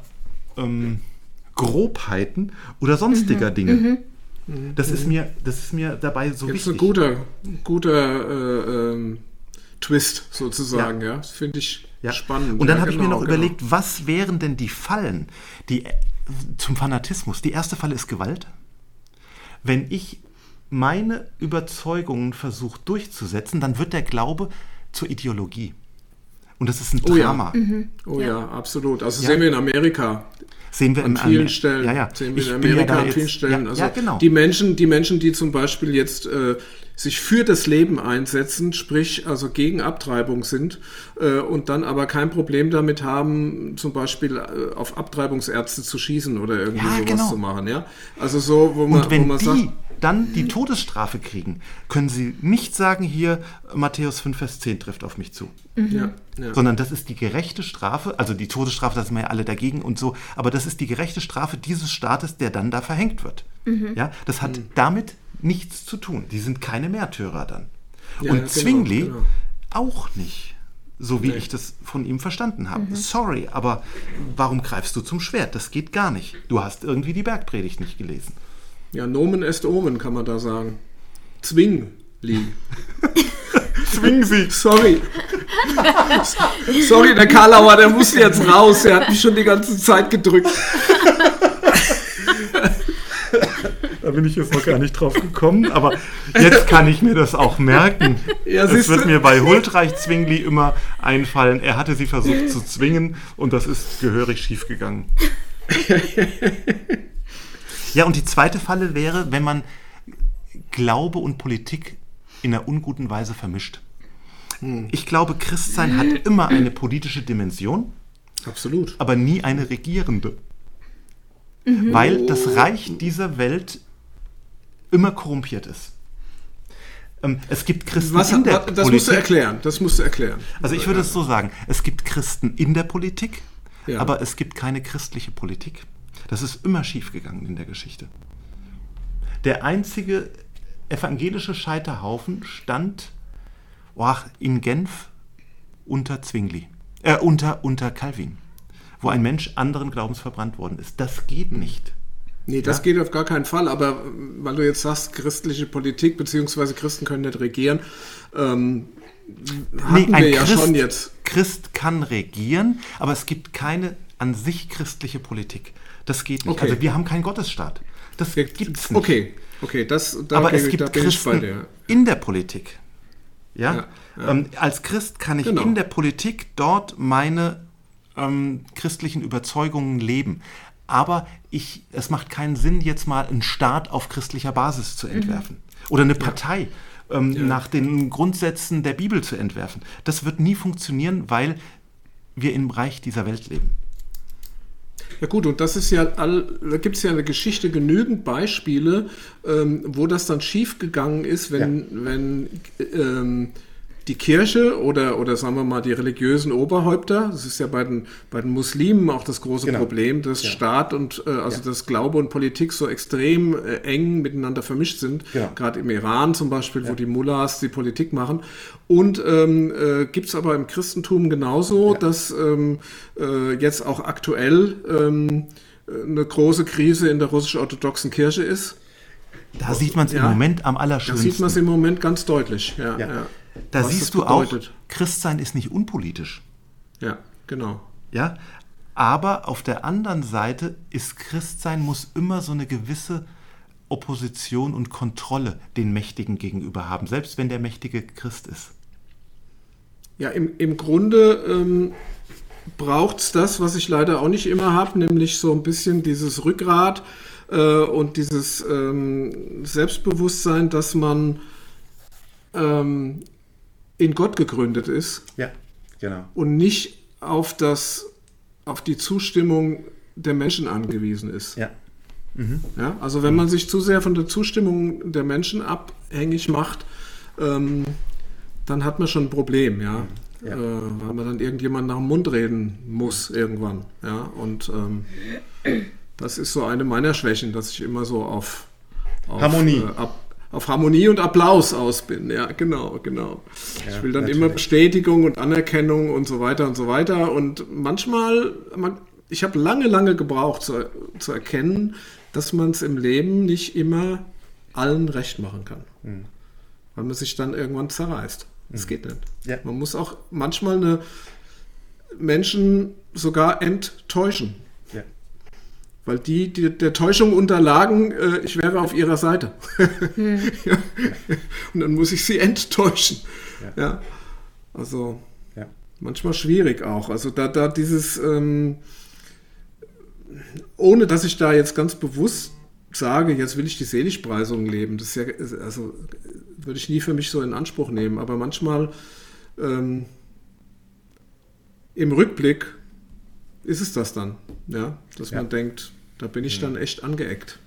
Grobheiten oder sonstiger Dinge. Das ist mir dabei so Jetzt wichtig. ein guter Twist sozusagen, ja. Das finde ich spannend. Und dann habe ich mir noch überlegt, was wären denn die Fallen zum Fanatismus? Die erste Falle ist Gewalt. Wenn ich meine Überzeugungen versuche durchzusetzen, dann wird der Glaube zur Ideologie. Und das ist ein Drama. Oh ja, absolut. Also sehen wir in Amerika. Sehen wir an vielen Stellen. Sehen wir in Amerika an vielen Stellen. Also genau. die Menschen, die zum Beispiel jetzt sich für das Leben einsetzen, sprich also gegen Abtreibung sind und dann aber kein Problem damit haben, zum Beispiel auf Abtreibungsärzte zu schießen oder irgendwie sowas zu machen. Ja? Also so, wo man sagt, dann die Todesstrafe kriegen, können sie nicht sagen, hier Matthäus 5, Vers 10 trifft auf mich zu. Sondern das ist die gerechte Strafe, also die Todesstrafe, da sind wir ja alle dagegen und so, aber das ist die gerechte Strafe dieses Staates, der dann da verhängt wird. Ja, das hat damit nichts zu tun. Die sind keine Märtyrer dann. Und Zwingli auch nicht, so wie ich das von ihm verstanden habe. Sorry, aber warum greifst du zum Schwert? Das geht gar nicht. Du hast irgendwie die Bergpredigt nicht gelesen. Ja, Nomen est Omen, kann man da sagen. Zwingli. Zwingen Sie. Sorry, der Karlauer, der musste jetzt raus. Er hat mich schon die ganze Zeit gedrückt. Da bin ich jetzt noch gar nicht drauf gekommen, aber jetzt kann ich mir das auch merken. Ja, es wird mir bei Huldreich Zwingli immer einfallen, er hatte sie versucht zu zwingen und das ist gehörig schief gegangen. Ja, und die zweite Falle wäre, wenn man Glaube und Politik in einer unguten Weise vermischt. Ich glaube, Christsein hat immer eine politische Dimension, absolut, aber nie eine regierende. Weil das Reich dieser Welt immer korrumpiert ist. Es gibt Christen in der Politik. Das musst du erklären. Also ich würde es so sagen, es gibt Christen in der Politik, Ja. aber es gibt keine christliche Politik. Das ist immer schiefgegangen in der Geschichte. Der einzige evangelische Scheiterhaufen stand in Genf unter Zwingli, unter Calvin, wo ein Mensch anderen Glaubens verbrannt worden ist. Das geht nicht. Nee, das geht auf gar keinen Fall, aber weil du jetzt sagst, christliche Politik, beziehungsweise Christen können nicht regieren, Christ kann regieren, aber es gibt keine an sich christliche Politik. Das geht nicht. Okay. Also wir haben keinen Gottesstaat. Das gibt's nicht. Okay, aber es gibt Christen in der Politik. Ja? Als Christ kann ich in der Politik dort meine christlichen Überzeugungen leben. Aber es macht keinen Sinn, jetzt mal einen Staat auf christlicher Basis zu entwerfen. Oder eine Partei nach den Grundsätzen der Bibel zu entwerfen. Das wird nie funktionieren, weil wir im Reich dieser Welt leben. Ja gut, und das ist ja, da gibt es ja in der Geschichte genügend Beispiele, wo das dann schief gegangen ist, wenn die Kirche oder sagen wir mal die religiösen Oberhäupter, das ist ja bei den Muslimen auch das große Problem, dass Staat und dass Glaube und Politik so extrem eng miteinander vermischt sind, gerade im Iran zum Beispiel, wo die Mullahs die Politik machen. Und gibt es aber im Christentum genauso, dass jetzt auch aktuell eine große Krise in der russisch-orthodoxen Kirche ist. Da sieht man es im Moment am allerschönsten. Da sieht man es im Moment ganz deutlich, ja. Da siehst du auch, Christsein ist nicht unpolitisch. Ja, genau. Ja, aber auf der anderen Seite ist Christsein muss immer so eine gewisse Opposition und Kontrolle den Mächtigen gegenüber haben, selbst wenn der Mächtige Christ ist. Ja, im Grunde braucht es das, was ich leider auch nicht immer habe, nämlich so ein bisschen dieses Rückgrat und dieses Selbstbewusstsein, dass man in Gott gegründet ist. Ja, genau. Und nicht auf die Zustimmung der Menschen angewiesen ist. Ja. Ja, also wenn man sich zu sehr von der Zustimmung der Menschen abhängig macht, dann hat man schon ein Problem, weil man dann irgendjemand nach dem Mund reden muss irgendwann. Ja? Und das ist so eine meiner Schwächen, dass ich immer so auf Harmonie. Auf Harmonie und Applaus aus bin. Ja, genau. Ja, ich will dann natürlich immer Bestätigung und Anerkennung und so weiter und so weiter. Und manchmal, ich habe lange gebraucht zu erkennen, dass man es im Leben nicht immer allen recht machen kann. Weil man sich dann irgendwann zerreißt. Das geht nicht. Ja. Man muss auch manchmal Menschen sogar enttäuschen. Ja. Weil die der Täuschung unterlagen, ich wäre auf ihrer Seite. Ja. Und dann muss ich sie enttäuschen. Ja. Also manchmal schwierig auch. Also da dieses, ohne dass ich da jetzt ganz bewusst sage, jetzt will ich die Seligpreisung leben, das ist ja, also würde ich nie für mich so in Anspruch nehmen. Aber manchmal im Rückblick ist es das dann, dass man denkt, da bin ich dann echt angeeckt.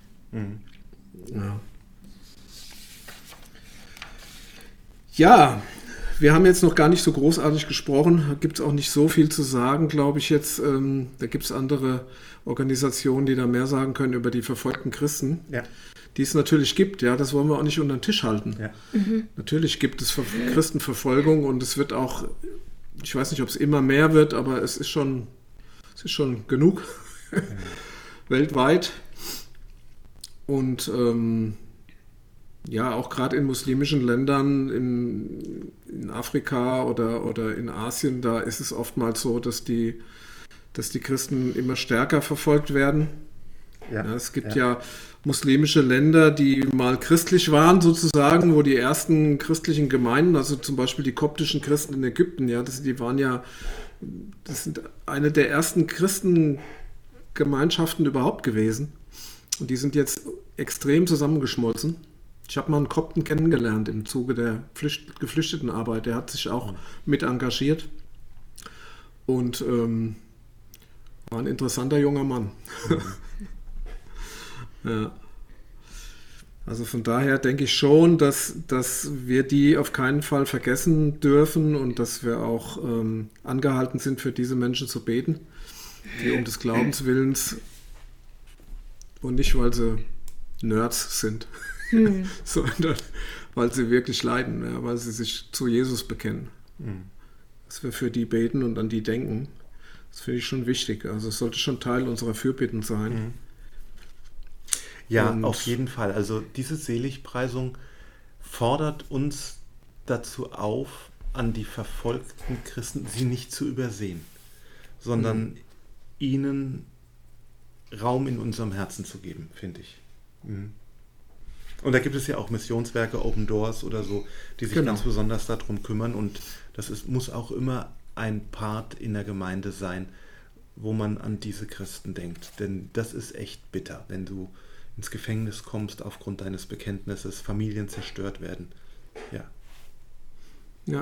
Ja, wir haben jetzt noch gar nicht so großartig gesprochen, da gibt es auch nicht so viel zu sagen, glaube ich jetzt. Da gibt es andere Organisationen, die da mehr sagen können über die verfolgten Christen, die es natürlich gibt. Ja, das wollen wir auch nicht unter den Tisch halten. Ja. Natürlich gibt es Christenverfolgung und es wird auch, ich weiß nicht, ob es immer mehr wird, aber es ist schon genug weltweit. Und ja, auch gerade in muslimischen Ländern, in Afrika oder in Asien, da ist es oftmals so, dass die Christen immer stärker verfolgt werden. Ja, es gibt ja muslimische Länder, die mal christlich waren sozusagen, wo die ersten christlichen Gemeinden, also zum Beispiel die koptischen Christen in Ägypten, ja, das sind eine der ersten Christengemeinschaften überhaupt gewesen. Und die sind jetzt extrem zusammengeschmolzen. Ich habe mal einen Kopten kennengelernt im Zuge der Geflüchtetenarbeit. Der hat sich auch mit engagiert und war ein interessanter junger Mann. Ja. Also von daher denke ich schon, dass wir die auf keinen Fall vergessen dürfen und dass wir auch angehalten sind, für diese Menschen zu beten, die um des Glaubens Willens und nicht, weil sie Nerds sind, sondern weil sie wirklich leiden, ja, weil sie sich zu Jesus bekennen. Dass wir für die beten und an die denken, das finde ich schon wichtig. Also es sollte schon Teil unserer Fürbitten sein. Ja, und auf jeden Fall. Also diese Seligpreisung fordert uns dazu auf, an die verfolgten Christen, sie nicht zu übersehen, sondern ihnen Raum in unserem Herzen zu geben, finde ich. Und da gibt es ja auch Missionswerke, Open Doors oder so, die sich ganz besonders darum kümmern. Und muss auch immer ein Part in der Gemeinde sein, wo man an diese Christen denkt. Denn das ist echt bitter, wenn du ins Gefängnis kommst aufgrund deines Bekenntnisses, Familien zerstört werden. Ja.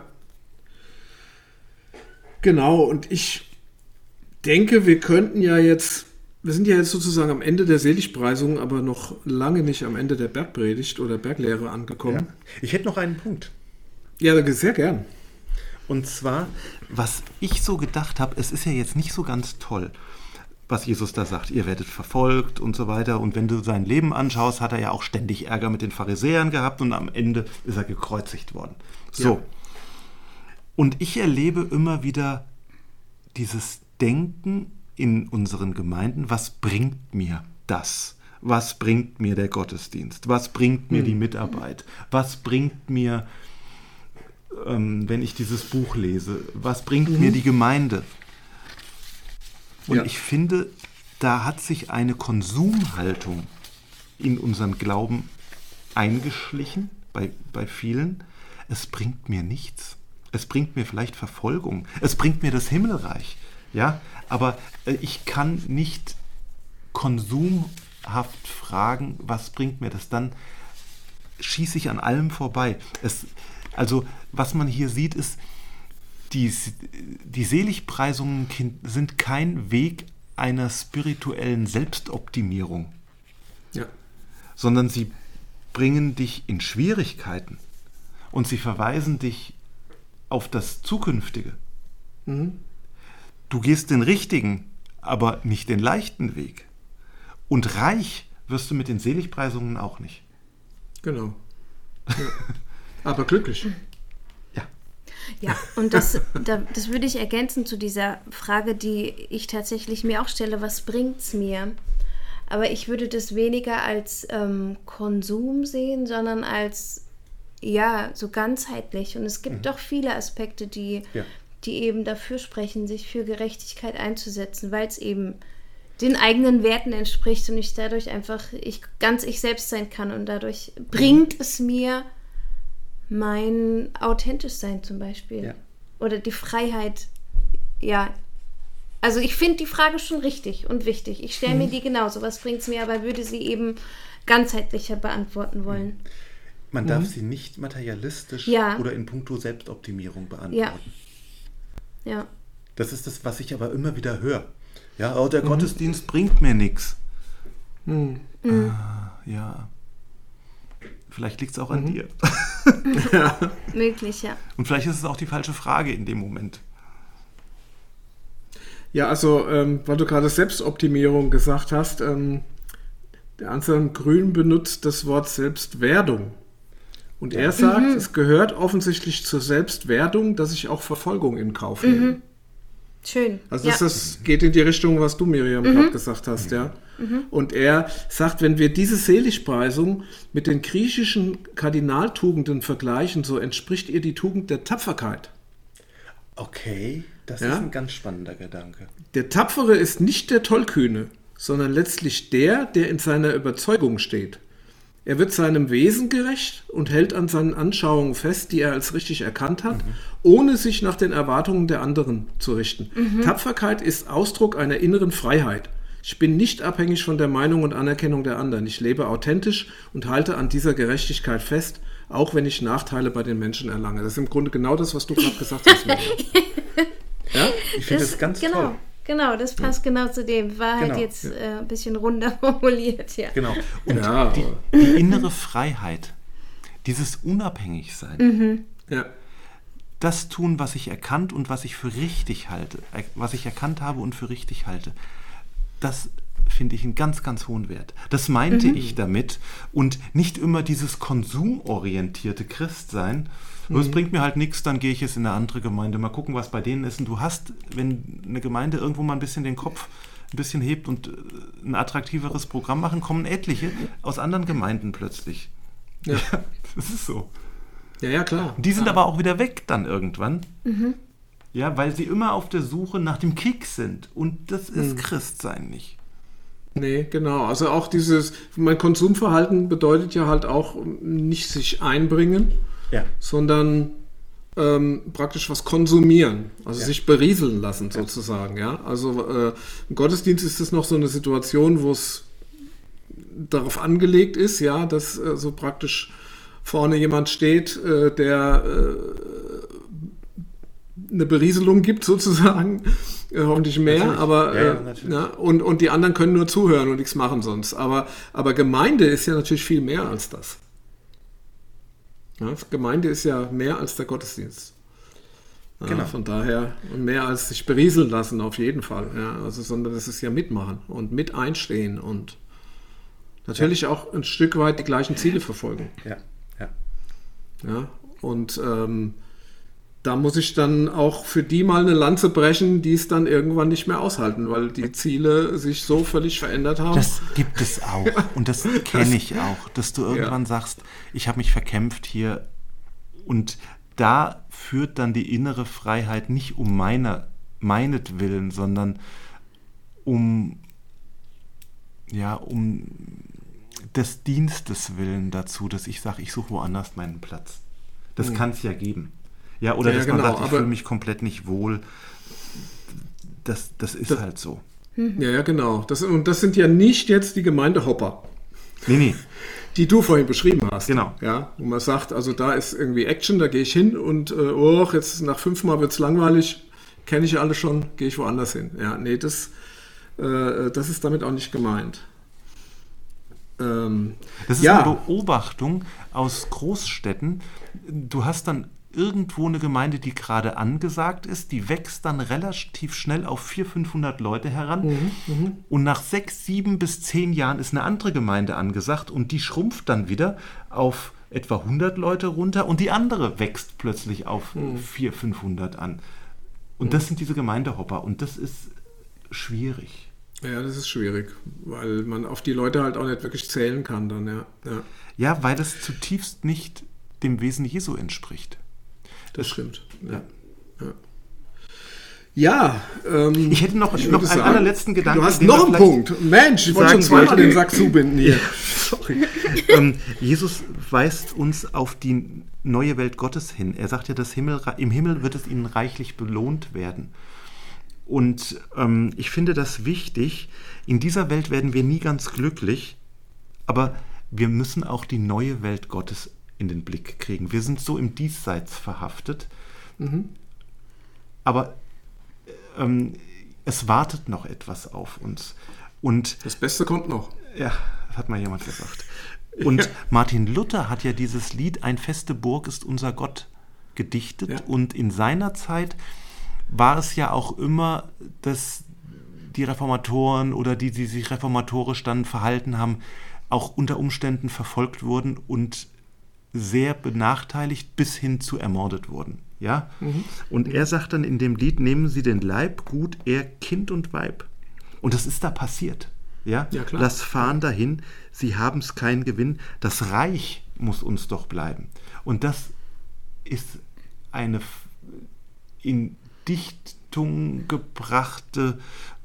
Genau, und ich denke, wir sind ja jetzt sozusagen am Ende der Seligpreisung, aber noch lange nicht am Ende der Bergpredigt oder Berglehre angekommen. Ja. Ich hätte noch einen Punkt. Ja, sehr gern. Und zwar, was ich so gedacht habe, es ist ja jetzt nicht so ganz toll, was Jesus da sagt, ihr werdet verfolgt und so weiter. Und wenn du sein Leben anschaust, hat er ja auch ständig Ärger mit den Pharisäern gehabt und am Ende ist er gekreuzigt worden. So. Ja. Und ich erlebe immer wieder dieses Denken in unseren Gemeinden, was bringt mir das? Was bringt mir der Gottesdienst? Was bringt mir die Mitarbeit? Was bringt mir, wenn ich dieses Buch lese? Was bringt mir die Gemeinde? Und ich finde, da hat sich eine Konsumhaltung in unseren Glauben eingeschlichen, bei vielen. Es bringt mir nichts. Es bringt mir vielleicht Verfolgung. Es bringt mir das Himmelreich. Ja, aber ich kann nicht konsumhaft fragen, was bringt mir das? Dann schieße ich an allem vorbei. Also, was man hier sieht, ist, die Seligpreisungen sind kein Weg einer spirituellen Selbstoptimierung, sondern sie bringen dich in Schwierigkeiten und sie verweisen dich auf das Zukünftige. Du gehst den richtigen, aber nicht den leichten Weg. Und reich wirst du mit den Seligpreisungen auch nicht. Genau. Ja. Aber glücklich. Ja, und das würde ich ergänzen zu dieser Frage, die ich tatsächlich mir auch stelle, was bringt's mir? Aber ich würde das weniger als Konsum sehen, sondern als, so ganzheitlich. Und es gibt doch viele Aspekte, die eben dafür sprechen, sich für Gerechtigkeit einzusetzen, weil es eben den eigenen Werten entspricht und ich dadurch einfach ganz ich selbst sein kann. Und dadurch bringt es mir mein Authentischsein zum Beispiel. Ja. Oder die Freiheit. Ja. Also ich finde die Frage schon richtig und wichtig. Ich stelle mir die genauso. Was bringt es mir, aber würde sie eben ganzheitlicher beantworten wollen. Man darf sie nicht materialistisch oder in puncto Selbstoptimierung beantworten. Ja. Das ist das, was ich aber immer wieder höre. Ja, der Gottesdienst bringt mir nichts. Ja. Vielleicht liegt es auch an dir. Möglich, ja. Und vielleicht ist es auch die falsche Frage in dem Moment. Ja, also, weil du gerade Selbstoptimierung gesagt hast, der Anselm Grün benutzt das Wort Selbstwerdung. Und er sagt, es gehört offensichtlich zur Selbstwerdung, dass ich auch Verfolgung in Kauf nehme. Schön. Also das geht in die Richtung, was du, Miriam, gerade gesagt hast, ja. Und er sagt, wenn wir diese Seligpreisung mit den griechischen Kardinaltugenden vergleichen, so entspricht ihr die Tugend der Tapferkeit. Okay, das Ja? ist ein ganz spannender Gedanke. Der Tapfere ist nicht der Tollkühne, sondern letztlich der in seiner Überzeugung steht. Er wird seinem Wesen gerecht und hält an seinen Anschauungen fest, die er als richtig erkannt hat, ohne sich nach den Erwartungen der anderen zu richten. Tapferkeit ist Ausdruck einer inneren Freiheit. Ich bin nicht abhängig von der Meinung und Anerkennung der anderen. Ich lebe authentisch und halte an dieser Gerechtigkeit fest, auch wenn ich Nachteile bei den Menschen erlange. Das ist im Grunde genau das, was du gerade gesagt hast. Miriam. Ja? Ich finde das ganz toll. Genau, das passt genau zu dem. War halt Genau. jetzt ein bisschen runder formuliert, ja. Genau. Und Ja, die innere Freiheit, dieses Unabhängigsein, ja. das tun, was ich erkannt und was ich für richtig halte, was ich erkannt habe und für richtig halte, das finde ich einen ganz, ganz hohen Wert. Das meinte ich damit und nicht immer dieses konsumorientierte Christsein. Es bringt mir halt nichts, dann gehe ich jetzt in eine andere Gemeinde, mal gucken, was bei denen ist. Und du hast, wenn eine Gemeinde irgendwo mal ein bisschen den Kopf ein bisschen hebt und ein attraktiveres Programm machen, kommen etliche aus anderen Gemeinden plötzlich. Ja. Das ist so. Ja, klar. Die sind aber auch wieder weg dann irgendwann. Ja, weil sie immer auf der Suche nach dem Kick sind. Und das ist Christsein nicht. Nee, genau. Also auch mein Konsumverhalten bedeutet ja halt auch nicht sich einbringen, Ja. sondern praktisch was konsumieren, also Ja. sich berieseln lassen sozusagen. Ja? Also im Gottesdienst ist es noch so eine Situation, wo es darauf angelegt ist, ja, dass so praktisch vorne jemand steht, der eine Berieselung gibt sozusagen, hoffentlich mehr, Natürlich. aber Ja, natürlich. ja, und die anderen können nur zuhören und nichts machen sonst. Aber Gemeinde ist ja natürlich viel mehr als das. Ja, Gemeinde ist ja mehr als der Gottesdienst. Ja, Genau. Von daher mehr als sich berieseln lassen auf jeden Fall. Ja, also, sondern das ist ja mitmachen und mit einstehen und natürlich auch ein Stück weit die gleichen Ziele verfolgen. Ja. Ja. Ja, und da muss ich dann auch für die mal eine Lanze brechen, die es dann irgendwann nicht mehr aushalten, weil die Ziele sich so völlig verändert haben. Das gibt es auch. Und das kenne ich auch, dass du irgendwann sagst, ich habe mich verkämpft hier. Und da führt dann die innere Freiheit nicht um meinetwillen, sondern um des Dienstes willen dazu, dass ich sage, ich suche woanders meinen Platz. Das kann es ja geben. Ja, oder Ja, dass man genau, sagt, ich aber- fühle mich komplett nicht wohl. Das ist halt so. Ja, genau. Und das sind ja nicht jetzt die Gemeindehopper, Nee. die du vorhin beschrieben hast. Genau. Ja, wo man sagt, also da ist irgendwie Action, da gehe ich hin und jetzt nach 5 Mal wird es langweilig, kenne ich ja alle schon, gehe ich woanders hin. Ja, nee, das ist damit auch nicht gemeint. Das ist Ja. eine Beobachtung aus Großstädten. Du hast dann irgendwo eine Gemeinde, die gerade angesagt ist, die wächst dann relativ schnell auf 400-500 Leute heran und nach 6, 7 bis 10 Jahren ist eine andere Gemeinde angesagt und die schrumpft dann wieder auf etwa 100 Leute runter und die andere wächst plötzlich auf 400, 500 an. Und das sind diese Gemeindehopper und das ist schwierig. Ja, das ist schwierig, weil man auf die Leute halt auch nicht wirklich zählen kann dann, ja. Ja, weil das zutiefst nicht dem Wesen Jesu entspricht. Das stimmt. Ja, Ich hätte noch würde einen sagen, allerletzten Gedanken. Du hast den noch wir einen vielleicht Punkt. Mensch, ich wollte schon sagen zweimal wollten. den Sack zubinden hier. Sorry. Jesus weist uns auf die neue Welt Gottes hin. Er sagt ja, im Himmel wird es ihnen reichlich belohnt werden. Und ich finde das wichtig. In dieser Welt werden wir nie ganz glücklich, aber wir müssen auch die neue Welt Gottes in den Blick kriegen. Wir sind so im Diesseits verhaftet, aber es wartet noch etwas auf uns. Und Das Beste kommt noch. ja, das hat mal jemand gesagt. Und Martin Luther hat ja dieses Lied Ein feste Burg ist unser Gott gedichtet. Ja. Und in seiner Zeit war es ja auch immer, dass die Reformatoren oder die sich reformatorisch dann verhalten haben, auch unter Umständen verfolgt wurden und sehr benachteiligt bis hin zu ermordet wurden. Ja? Und er sagt dann in dem Lied, nehmen Sie den Leib, gut, er Kind und Weib. Und das ist da passiert. Ja? Ja, klar. Lass fahren dahin, Sie haben's keinen Gewinn. Das Reich muss uns doch bleiben. Und das ist eine in Dichtung gebrachte,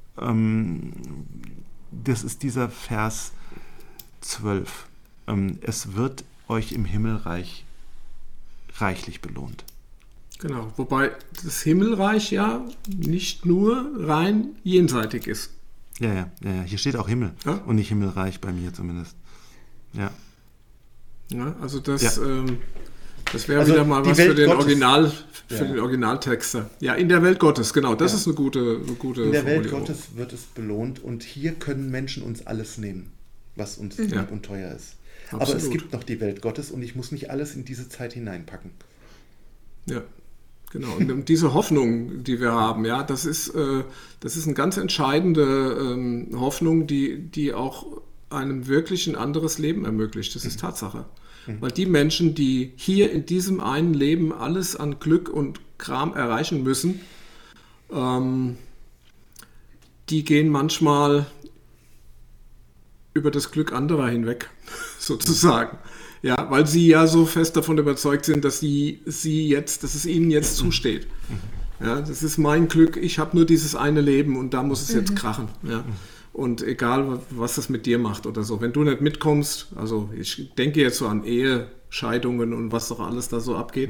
das ist dieser Vers 12. Es wird euch im Himmelreich reichlich belohnt. Genau, wobei das Himmelreich ja nicht nur rein jenseitig ist. Ja. Hier steht auch Himmel und nicht Himmelreich bei mir zumindest. Ja. Ja, also das wäre Also wieder mal die was Welt für den Gottes. den Originaltexter. Ja, in der Welt Gottes, genau. Das ist eine gute In der Welt Formulierung. Gottes wird es belohnt und hier können Menschen uns alles nehmen, was uns lieb und teuer ist. Absolut. Aber es gibt noch die Welt Gottes und ich muss nicht alles in diese Zeit hineinpacken. Ja, genau. Und diese Hoffnung, die wir haben, ja, das ist eine ganz entscheidende Hoffnung, die auch einem wirklich ein anderes Leben ermöglicht. Das ist Tatsache. Weil die Menschen, die hier in diesem einen Leben alles an Glück und Kram erreichen müssen, die gehen manchmal über das Glück anderer hinweg, sozusagen. Ja, weil sie ja so fest davon überzeugt sind, dass dass es ihnen jetzt zusteht. Ja, das ist mein Glück, ich habe nur dieses eine Leben und da muss es jetzt krachen. Ja. Und egal, was das mit dir macht oder so. Wenn du nicht mitkommst, also ich denke jetzt so an Ehe, Scheidungen und was doch alles da so abgeht.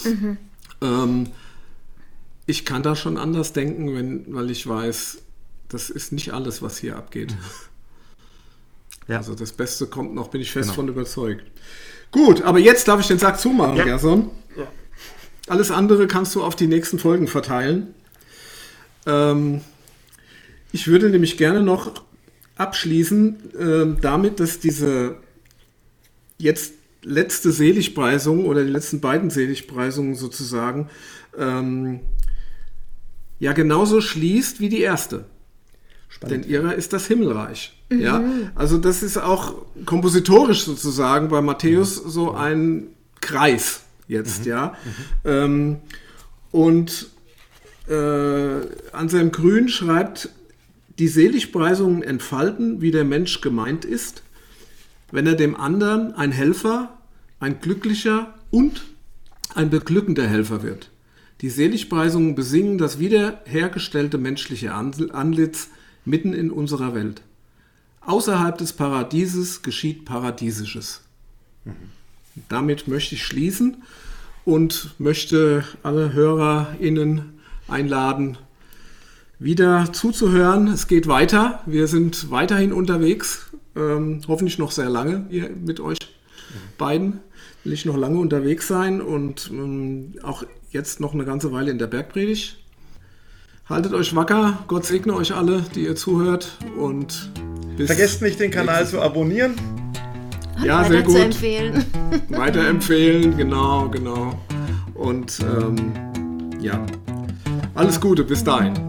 Ich kann da schon anders denken, weil ich weiß, das ist nicht alles, was hier abgeht. Ja. Also das Beste kommt noch, bin ich fest von überzeugt. Gut, aber jetzt darf ich den Sack zumachen, Gerson. Ja. Alles andere kannst du auf die nächsten Folgen verteilen. Ich würde nämlich gerne noch abschließen damit, dass diese jetzt letzte Seligpreisung oder die letzten beiden Seligpreisungen sozusagen ja genauso schließt wie die erste. Spannend. Denn ihrer ist das Himmelreich. Ja? Also das ist auch kompositorisch sozusagen bei Matthäus so ein Kreis jetzt. Und Anselm Grün schreibt, die Seligpreisungen entfalten, wie der Mensch gemeint ist, wenn er dem anderen ein Helfer, ein glücklicher und ein beglückender Helfer wird. Die Seligpreisungen besingen das wiederhergestellte menschliche Antlitz mitten in unserer Welt. Außerhalb des Paradieses geschieht Paradiesisches. Damit möchte ich schließen und möchte alle HörerInnen einladen, wieder zuzuhören. Es geht weiter. Wir sind weiterhin unterwegs. Hoffentlich noch sehr lange hier mit euch beiden. Will ich noch lange unterwegs sein und auch jetzt noch eine ganze Weile in der Bergpredigt. Haltet euch wacker. Gott segne euch alle, die ihr zuhört. Und vergesst nicht, den Kanal zu abonnieren. Ja, sehr gut. Weiterempfehlen. Weiterempfehlen, genau. Und ja, alles Gute. Bis dahin.